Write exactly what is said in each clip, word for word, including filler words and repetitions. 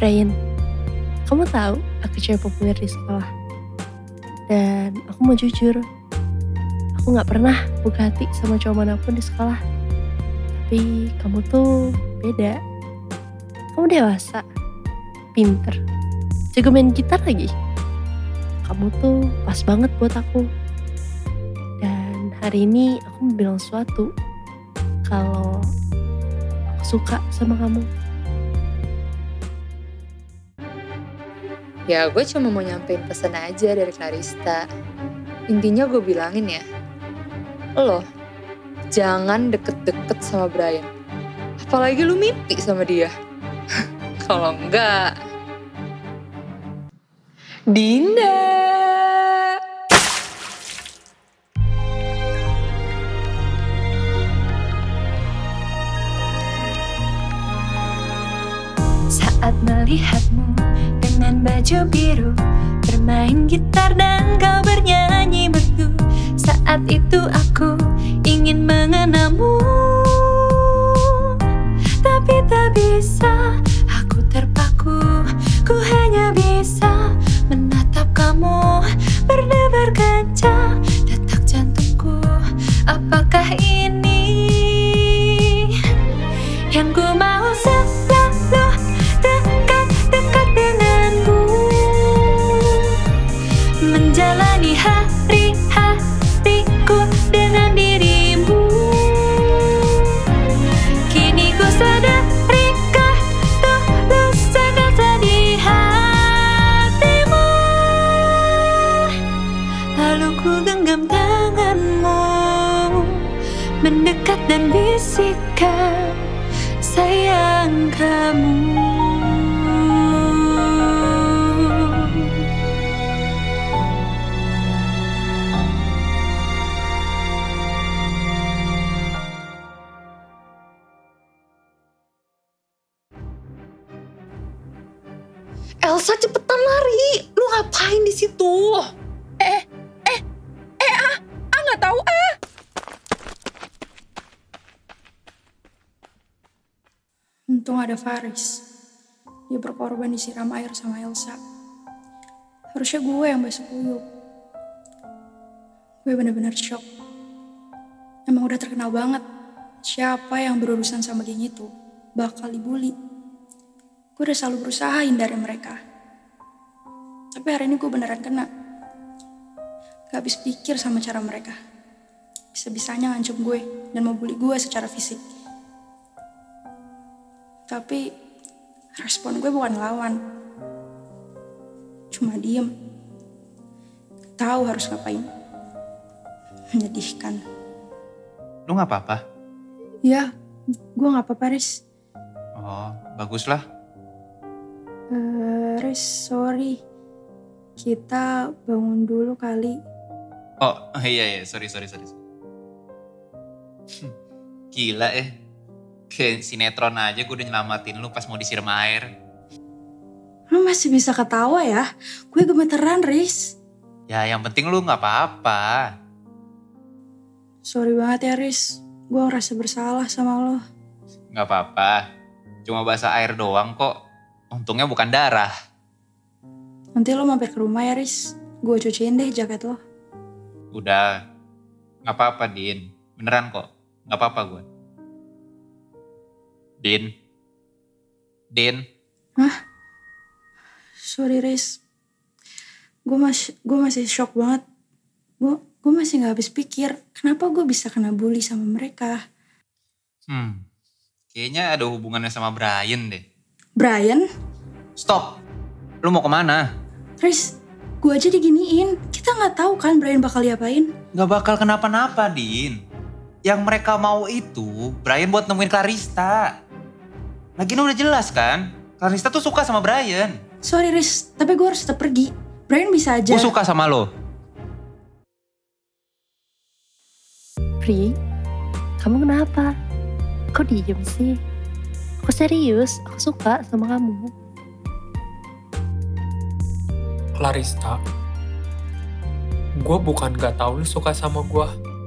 Brian, kamu tahu aku cewek populer di sekolah. Dan aku mau jujur, aku gak pernah buka hati sama cowok manapun di sekolah. Tapi kamu tuh beda. Kamu dewasa, pinter, jago main gitar lagi. Kamu tuh pas banget buat aku. Dan hari ini aku mau bilang sesuatu. Kalau aku suka sama kamu. Ya gue cuma mau nyampein pesan aja dari Clarista. Intinya gue bilangin ya, lo jangan deket-deket sama Brian. Apalagi lu mimpi sama dia. Kalau enggak, Dinda. Saat melihatmu dengan baju biru, bermain gitar dan kau bernyanyi merdu. Saat itu aku ingin mengenalmu, tapi tak bisa, aku terpaku. Ku hanya bisa menatap kamu, berdebar kencang detak jantungku. Apakah ini yang ku mau? Selalu dekat-dekat denganmu, menjalani hari-hariku dengan dirimu. Kini ku sadarikah tulus rasa di hatimu. Lalu ku genggam tanganmu, mendekat dan bisikkan sayang kamu. Elsa cepetan lari. Lu ngapain di situ? Eh, eh, eh ah, ah nggak tahu ah. Untung ada Faris. Dia berkorban disiram air sama Elsa. Harusnya gue yang basuh kuyup. Gue benar-benar shock. Emang udah terkenal banget. Siapa yang berurusan sama geng itu bakal dibully. Gue udah selalu berusaha hindari mereka. Tapi hari ini gue beneran kena. Gak habis pikir sama cara mereka. Bisa-bisanya ngancam gue dan mau bully gue secara fisik. Tapi respon gue bukan lawan. Cuma diem. Tahu harus ngapain. Menyedihkan. Lu gak apa-apa? Ya, gue gak apa-apa, Riz. Oh, baguslah. Uh, Riz, sorry. Kita bangun dulu kali. Oh, iya, iya. Sorry, sorry, sorry. Gila eh. Kayak sinetron aja gue udah nyelamatin lu pas mau disiram air. Lu masih bisa ketawa ya? Gue gemeteran, Riz. Ya, yang penting lu gak apa-apa. Sorry banget ya, Riz. Gue ngerasa bersalah sama lo. Gak apa-apa. Cuma basah air doang kok. Untungnya bukan darah. Nanti lo mampir ke rumah ya, Riz. Gue cuciin deh jaket lo. Udah. Gak apa-apa, Din. Beneran kok. Gak apa-apa gue. Din. Din. Hah? Sorry, Riz. Gue masih, gue masih shock banget. Gue, gue masih gak habis pikir. Kenapa gue bisa kena bully sama mereka? Hmm. Kayaknya ada hubungannya sama Brian deh. Brian? Stop. Lu mau kemana? Riz, gue aja diginiin. Kita gak tahu kan Brian bakal diapain. Gak bakal kenapa-napa, Din. Yang mereka mau itu Brian buat nemuin Clarista. Lagian udah jelas kan, Clarista tuh suka sama Brian. Sorry Riz, tapi gue harus tetap pergi. Brian bisa aja. Gue suka sama lo. Pri, kamu kenapa? Kok diem sih? Aku serius, aku suka sama kamu. Clarista, gue bukan gak tahu lu suka sama gue.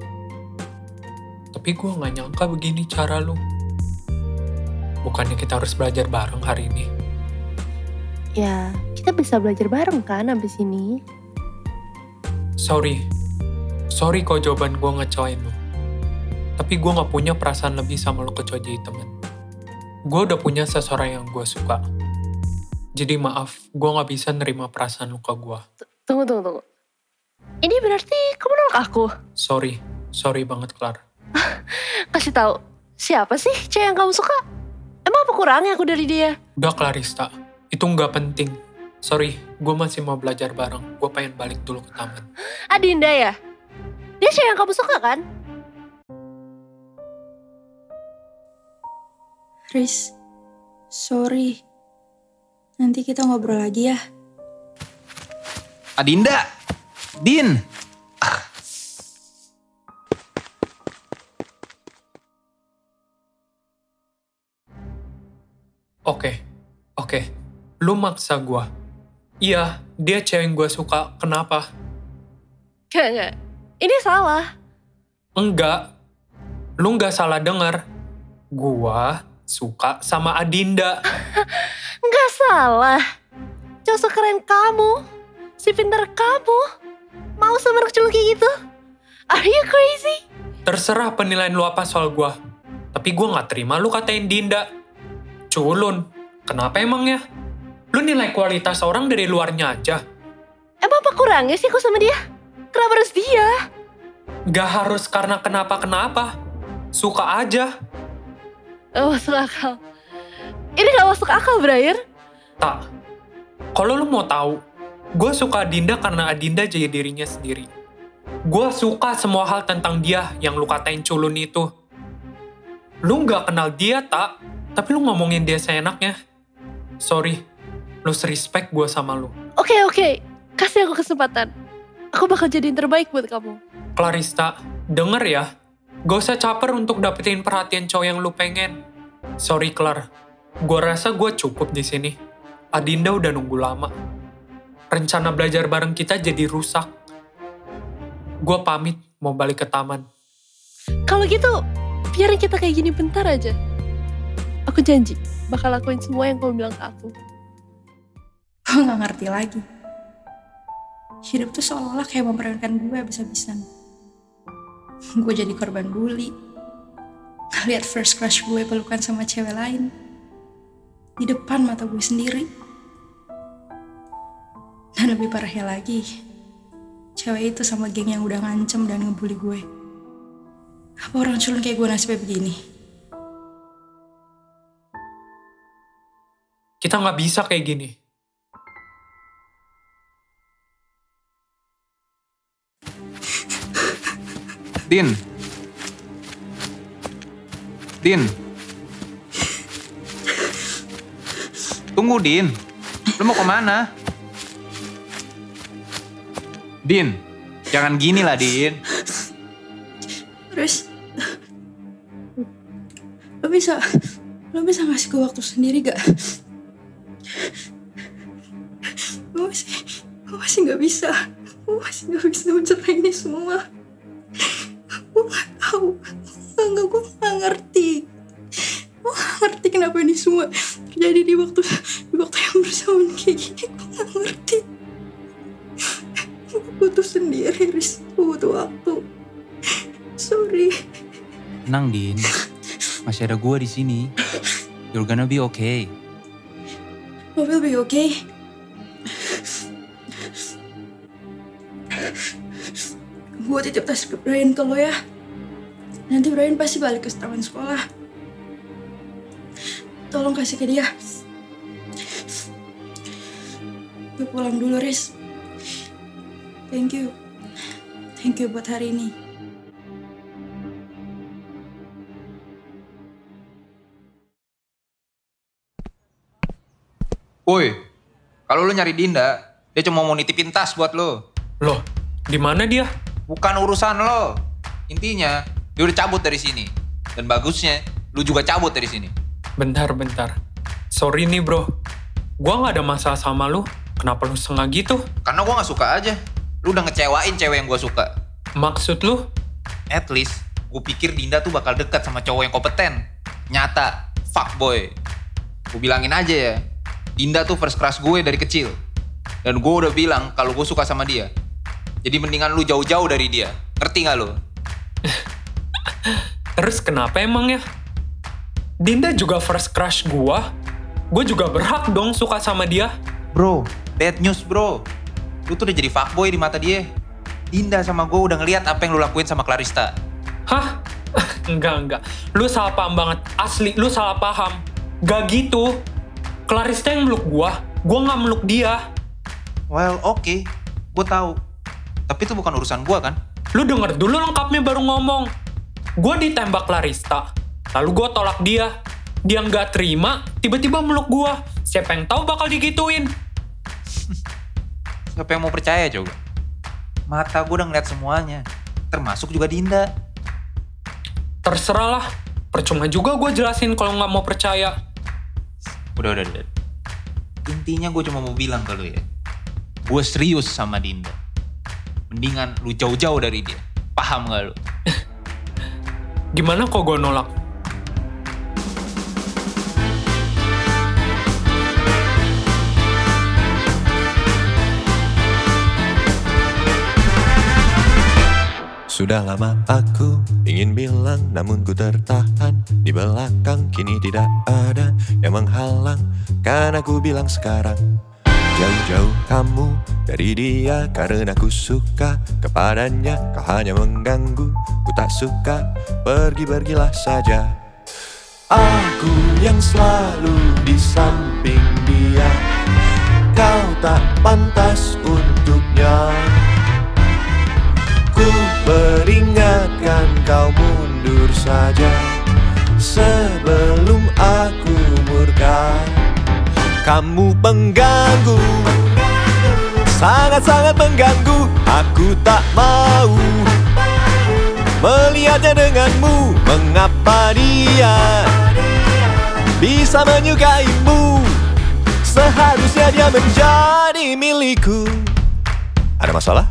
Tapi gue gak nyangka begini cara lu. Bukannya kita harus belajar bareng hari ini? Ya, kita bisa belajar bareng kan abis ini. Sorry. Sorry kok jawaban gue ngecewain lo. Tapi gue gak punya perasaan lebih sama lo kecuali jadi temen. Gue udah punya seseorang yang gue suka. Jadi maaf, gue gak bisa nerima perasaan lo ke gue. Tunggu, tunggu, tunggu. Ini berarti kamu nolak aku? Sorry. Sorry banget, Clar. Kasih tahu siapa sih cewek yang kamu suka? Emang apa kurangnya aku dari dia? Udah, Clarista. Itu gak penting. Sorry, gue masih mau belajar bareng. Gue pengen balik dulu ke taman. Adinda ya? Dia cewek yang kamu suka kan? Riz, sorry. Nanti kita ngobrol lagi ya. Adinda! Din! Oke, oke. Lu maksa gue. Iya, dia cewek yang gue suka. Kenapa? Gak, gak. Ini salah. Enggak. Lu gak salah denger. Gua suka sama Adinda. Gak salah. Cowok sekeren kamu, si pintar kamu, mau sama anak culun kayak gitu? Are you crazy? Terserah penilaian lu apa soal gua. Tapi gua gak terima lu katain Dinda. Culun. Kenapa emangnya? Lu nilai kualitas orang dari luarnya aja. Emang apa kurangnya sih aku sama dia? Kenapa harus dia? Gak harus karena kenapa-kenapa. Suka aja. Oh, masuk akal. Ini gak masuk akal, Brian. Tak. Kalau lu mau tahu, gue suka Adinda karena Adinda jadi dirinya sendiri. Gue suka semua hal tentang dia yang lu katain culun itu. Lu gak kenal dia, tak? Tapi lu ngomongin dia seenaknya. Sorry, lose respect gue sama lu. Oke, oke. Kasih aku kesempatan. Aku bakal jadiin terbaik buat kamu. Clarista, denger ya. Gak usah caper untuk dapetin perhatian cowok yang lu pengen. Sorry, Clar. Gue rasa gue cukup di sini. Adinda udah nunggu lama. Rencana belajar bareng kita jadi rusak. Gue pamit mau balik ke taman. Kalau gitu, biarin kita kayak gini bentar aja. Aku janji, bakal lakuin semua yang kamu bilang ke aku. Gue gak ngerti lagi. Hidup tuh seolah-olah kayak mempermainkan gue habis-habisan. Gue jadi korban bully. Ngeliat first crush gue pelukan sama cewek lain. Di depan mata gue sendiri. Dan lebih parahnya lagi, cewek itu sama geng yang udah ngancem dan ngebully gue. Apa orang culun kayak gue nasibnya begini? Kita gak bisa kayak gini. Din. Din. Tunggu, Din. Lu mau kemana? Din, jangan gini lah, Din. Terus, lo bisa, lo bisa ngasih gue waktu sendiri gak? Gue masih, gue masih gak bisa. Gue masih gak bisa mencerna ini semua. Gue gak tahu. Enggak, gue gak ngerti. Gue gak ngerti kenapa ini semua terjadi di waktu di waktu yang bersamaan kayak gini. Gue gak ngerti. Gue butuh sendiri, Riz. Gue butuh waktu. Sorry. Tenang, Din. Masih ada gue di sini. You're gonna be okay. I will be okay. Gue titip tas ke Brian ke lo ya. Nanti Brian pasti balik ke taman sekolah. Tolong kasih ke dia. Gue pulang dulu, Riz. Thank you. Thank you buat hari ini. Woi, kalau lu nyari Dinda, dia cuma mau nitipin tas buat lo. Loh, di mana dia? Bukan urusan lo. Intinya, dia udah cabut dari sini. Dan bagusnya, lu juga cabut dari sini. Bentar, bentar. Sorry nih bro. Gua gak ada masalah sama lu. Kenapa lu sengah gitu? Karena gue gak suka aja. Lu udah ngecewain cewek yang gue suka. Maksud lu? At least, gue pikir Dinda tuh bakal dekat sama cowok yang kompeten. Nyata, fuckboy. Gue bilangin aja ya, Dinda tuh first crush gue dari kecil. Dan gue udah bilang kalau gue suka sama dia. Jadi mendingan lu jauh-jauh dari dia. Ngerti gak lu? Terus kenapa emangnya? Dinda juga first crush gua. Gue juga berhak dong suka sama dia. Bro, bad news bro. Lu tuh udah jadi fuckboy di mata dia. Dinda sama gue udah ngeliat apa yang lu lakuin sama Clarista. Hah? Enggak, enggak. Lu salah paham banget. Asli, lu salah paham. Gak gitu. Clarista yang meluk gua. Gua gak meluk dia. Well, oke. Okay. Gue tahu. Tapi itu bukan urusan gue kan? Lu denger dulu lengkapnya baru ngomong. Gue ditembak Clarista, lalu gue tolak dia. Dia nggak terima, tiba-tiba meluk gue. Siapa yang tahu bakal digituin? Siapa yang mau percaya coba? Mata gue udah ngeliat semuanya, termasuk juga Dinda. Terserah lah, percuma juga gue jelasin kalau nggak mau percaya. Udah, udah, udah. Intinya gue cuma mau bilang ke lu ya, gue serius sama Dinda. Mendingan lu jauh-jauh dari dia. Paham gak lu? Gimana kok gue nolak? Sudah lama aku ingin bilang, namun ku tertahan. Di belakang kini tidak ada yang menghalang. Kan aku bilang sekarang, jauh-jauh kamu dari dia, karena ku suka kepadanya. Kau hanya mengganggu, ku tak suka, pergi-pergilah saja. Aku yang selalu di samping dia, kau tak pantas untuknya. Ku peringatkan kau mundur saja sebelum aku murka. Kamu pengganggu, sangat-sangat mengganggu. Aku tak mau melihatnya denganmu. Mengapa dia bisa menyukaimu? Seharusnya dia menjadi milikku. Ada masalah?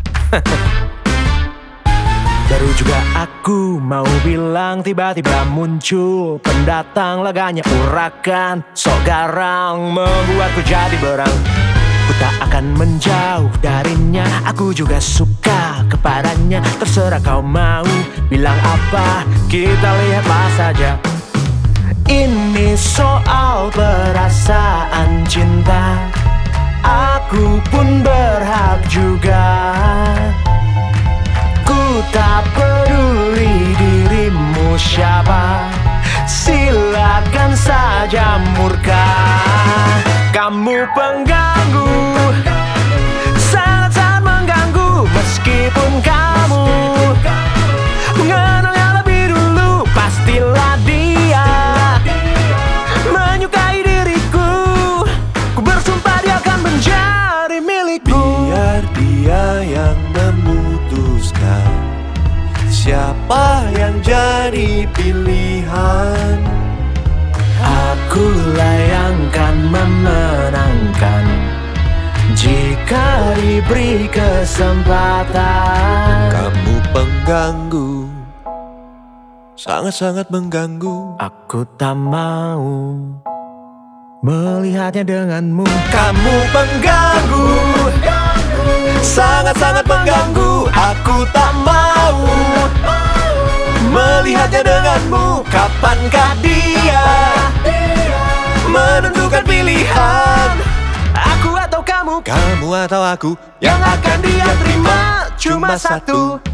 Baru juga aku mau bilang, tiba-tiba muncul pendatang, laganya urakan, sok garang, membuatku jadi berang. Ku tak akan menjauh darinya, aku juga suka kepadanya. Terserah kau mau bilang apa, kita lihatlah saja. Ini soal perasaan cinta, aku pun berhak juga. Ku tak peduli dirimu siapa, silakan saja murka. Kamu pengganggu, sangat-sangat mengganggu. Meskipun kamu mengenalnya lebih dulu, pastilah dia menyukai diriku. Ku bersumpah dia akan menjadi milikku. Biar dia yang memutuskan siapa yang jadi pilihan. Akulah yang kan memenangkan jika diberi kesempatan. Kamu pengganggu, sangat-sangat mengganggu. Aku tak mau melihatnya denganmu. Kamu pengganggu, sangat-sangat mengganggu. Aku tak mau melihatnya denganmu. Kapankah dia menentukan pilihan? Aku atau kamu, Kamu atau aku, yang akan dia terima cuma satu.